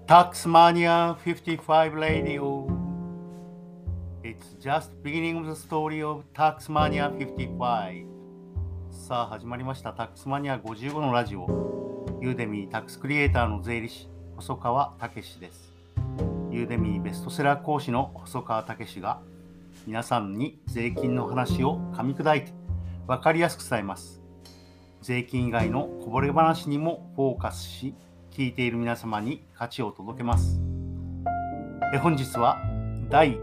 Taxmania 55 Radio. It's just beginning of the story of Taxmania 55. さあ始まりました。Taxmania 55のラジオ。ユーデミータックスクリエイターの税理士細川武です。ユーデミーベストセラー講師の細川武が皆さんに税金の話を噛み砕いて分かりやすく伝えます。税金以外のこぼれ話にもフォーカスし、聞いている皆様に価値を届けます。本日は第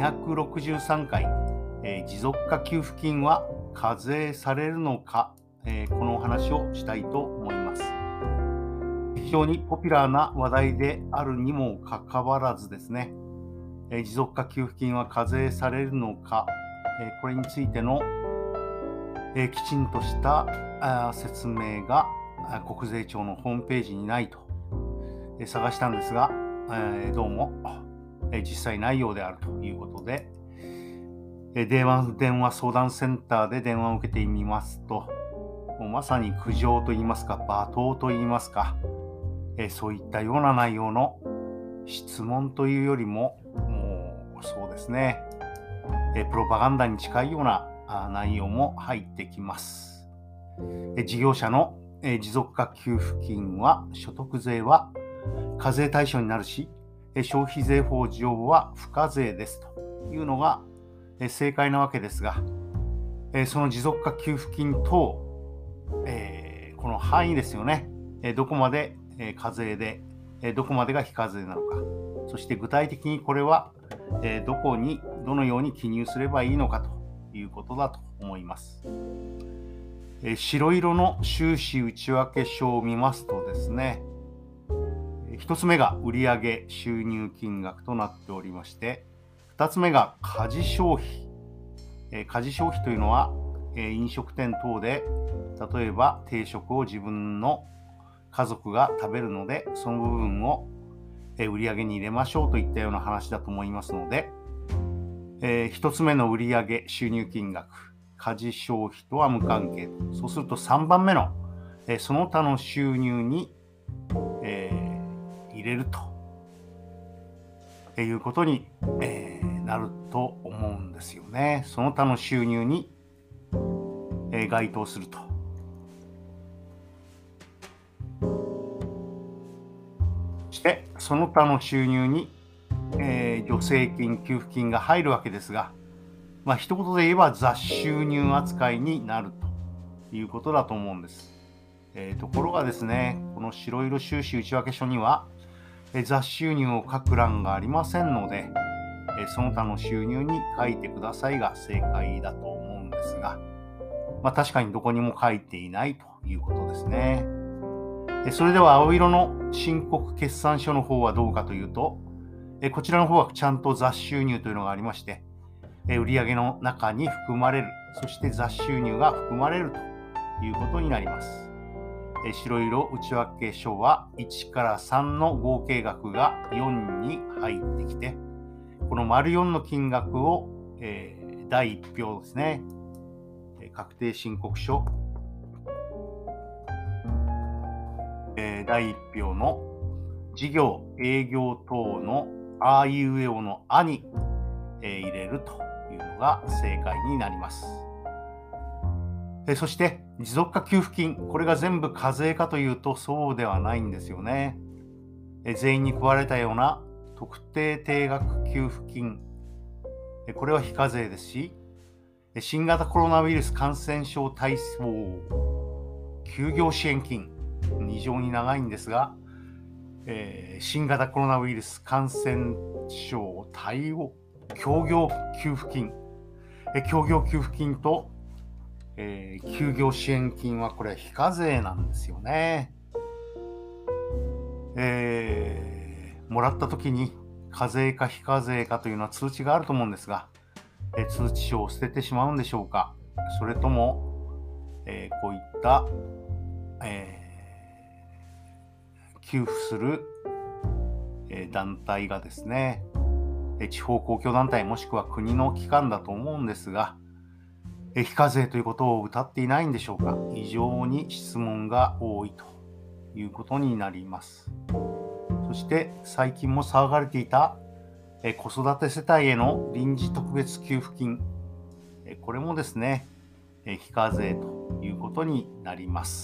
263回、持続化給付金は課税されるのか、このお話をしたいと思います。非常にポピュラーな話題であるにもかかわらずですね、持続化給付金は課税されるのか、これについての、きちんとした説明が国税庁のホームページにないと、探したんですが、どうも、実際ないようであるということで、電話相談センターで電話を受けてみますと、もうまさに苦情といいますか罵倒といいますか、そういったような内容の質問というよりも、もうそうですね、プロパガンダに近いような内容も入ってきます。事業者の持続化給付金は所得税は課税対象になるし、消費税法上は付加税ですというのが正解なわけですが、その持続化給付金等、この範囲ですよね。どこまで課税で、どこまでが非課税なのか、そして具体的にこれはどのように記入すればいいのかということだと思います。白色の収支内訳書を見ますとですね、1つ目が売上収入金額となっておりまして、2つ目が家事消費。家事消費というのは飲食店等で例えば定食を自分の家族が食べるので、その部分を売上に入れましょうといったような話だと思いますので、1つ目の売上収入金額、家事消費とは無関係。そうすると3番目のその他の収入に入れるということになると思うんですよね。その他の収入に該当すると。そしてその他の収入に助成金給付金が入るわけですが、一言で言えば雑収入扱いになるということだと思うんです。ところがですね、この白色収支内訳書には雑収入を書く欄がありませんので、その他の収入に書いてくださいが正解だと思うんですが、確かにどこにも書いていないということですね。それでは青色の申告決算書の方はどうかというと、こちらの方はちゃんと雑収入というのがありまして、売上の中に含まれる、そして雑収入が含まれるということになります。白色内訳書は1から3の合計額が4に入ってきて、この丸4の金額を、第1票ですね、確定申告書、第1票の事業営業等のあいうえおのあに、入れるというのが正解になります。そして持続化給付金、これが全部課税かというとそうではないんですよね。全員に配られたような特定定額給付金、これは非課税ですし、新型コロナウイルス感染症対応休業支援金、非常に長いんですが、新型コロナウイルス感染症対応協業給付金、協業給付金と休業支援金はこれ非課税なんですよね。もらった時に課税か非課税かというのは通知があると思うんですが、通知書を捨ててしまうんでしょうか。それとも、こういった、給付する、団体がですね、地方公共団体もしくは国の機関だと思うんですが、非課税ということを謳っていないんでしょうか。非常に質問が多いということになります。そそして最近も騒がれていた子育て世帯への臨時特別給付金、これもですね、非課税ということになります。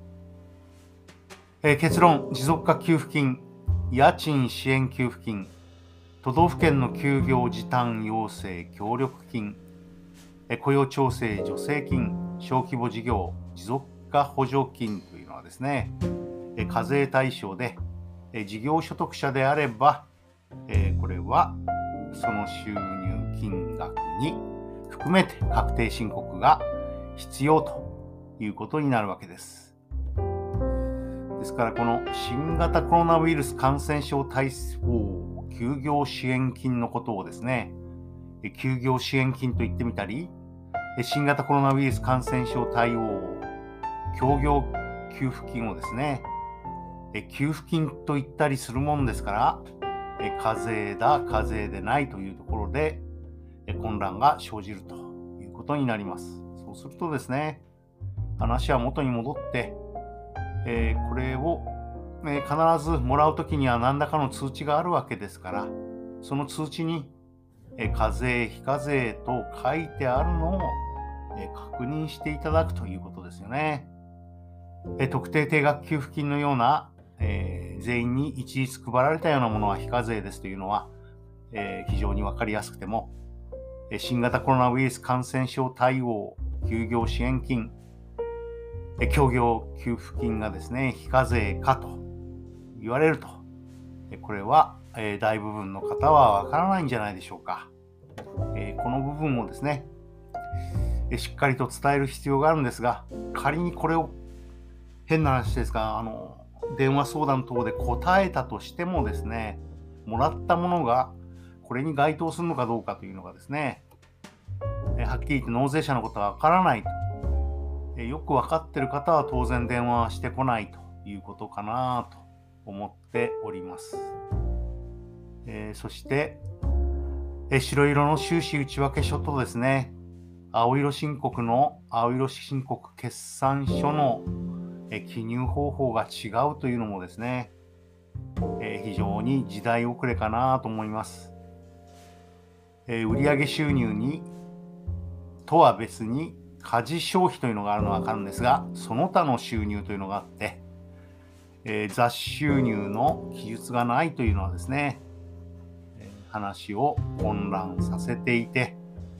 結論、持続化給付金、家賃支援給付金、都道府県の休業時短要請協力金、雇用調整助成金、小規模事業持続化補助金というのはですね、課税対象で、事業所得者であれば、これはその収入金額に含めて確定申告が必要ということになるわけです。ですからこの新型コロナウイルス感染症対応休業支援金のことをですね、休業支援金と言ってみたり、新型コロナウイルス感染症対応協業給付金をですね、給付金と言ったりするもんですから、課税だ課税でないというところで混乱が生じるということになります。そうするとですね、話は元に戻って、これを、必ずもらうときには何らかの通知があるわけですから、その通知に課税非課税と書いてあるのを確認していただくということですよね。特定定額給付金のような、全員に一律配られたようなものは非課税ですというのは、非常に分かりやすくても、新型コロナウイルス感染症対応休業支援金、協業給付金がですね、非課税かと言われると、これは大部分の方は分からないんじゃないでしょうか。この部分をですね、しっかりと伝える必要があるんですが、仮にこれを変な話ですが、電話相談等で答えたとしてもですね、もらったものがこれに該当するのかどうかというのがですね、はっきり言って納税者のことは分からないと、よく分かっている方は当然電話してこないということかなと思っております。そして、白色の収支内訳書とですね、青色申告決算書の記入方法が違うというのもですね、非常に時代遅れかなと思います。売上収入にとは別に家事消費というのがあるのは分かるんですが、その他の収入というのがあって、雑収入の記述がないというのはですね、話を混乱させていて、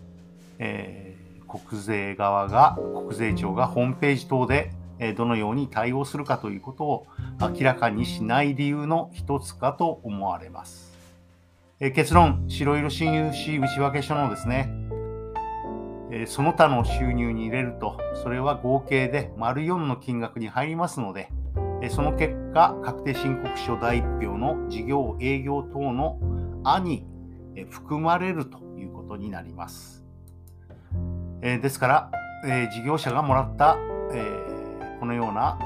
国税庁がホームページ等でどのように対応するかということを明らかにしない理由の一つかと思われます。結論、白色収支内訳書のですね、その他の収入に入れると、それは合計で丸4の金額に入りますので、その結果、確定申告書第1票の事業営業等の「あ」に含まれるということになります。ですから、事業者がもらった、このような、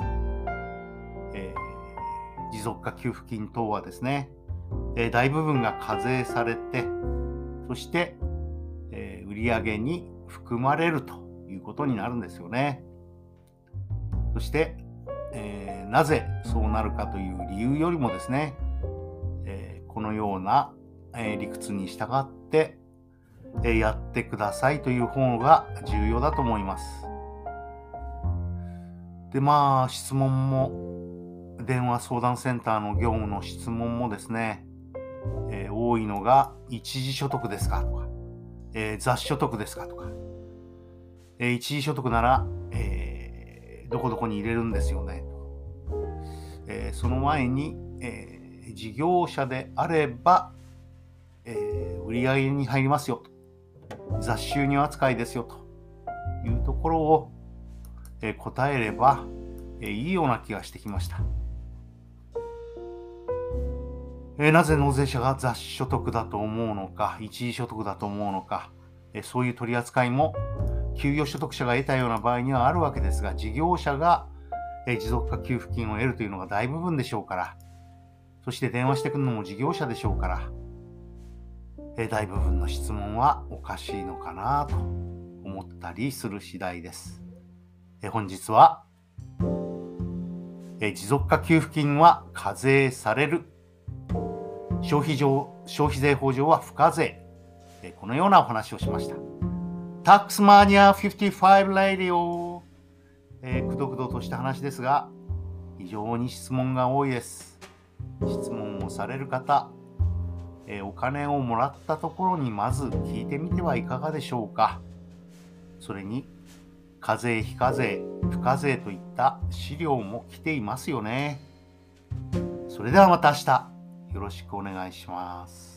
持続化給付金等はですね、大部分が課税されて、そして、売上に含まれるということになるんですよね。そして、なぜそうなるかという理由よりもですね、このような、理屈に従って、やってくださいという方が重要だと思います。で、質問も、電話相談センターの業務の質問もですね、多いのが一時所得ですかとか、雑所得ですかとか、一時所得なら、どこどこに入れるんですよねと、その前に、事業者であれば、売上に入りますよと、雑収入扱いですよというところを、答えれば、いいような気がしてきました。なぜ納税者が雑所得だと思うのか、一時所得だと思うのか、そういう取り扱いも給与所得者が得たような場合にはあるわけですが、事業者が持続化給付金を得るというのが大部分でしょうから、そして電話してくるのも事業者でしょうから、大部分の質問はおかしいのかなと思ったりする次第です。本日は持続化給付金は課税される消費税法上は付加税。このようなお話をしました。タックスマニア55ラディオ。くどくどとした話ですが、非常に質問が多いです。質問をされる方、お金をもらったところにまず聞いてみてはいかがでしょうか。それに、課税、非課税、付加税といった資料も来ていますよね。それではまた明日、よろしくお願いします。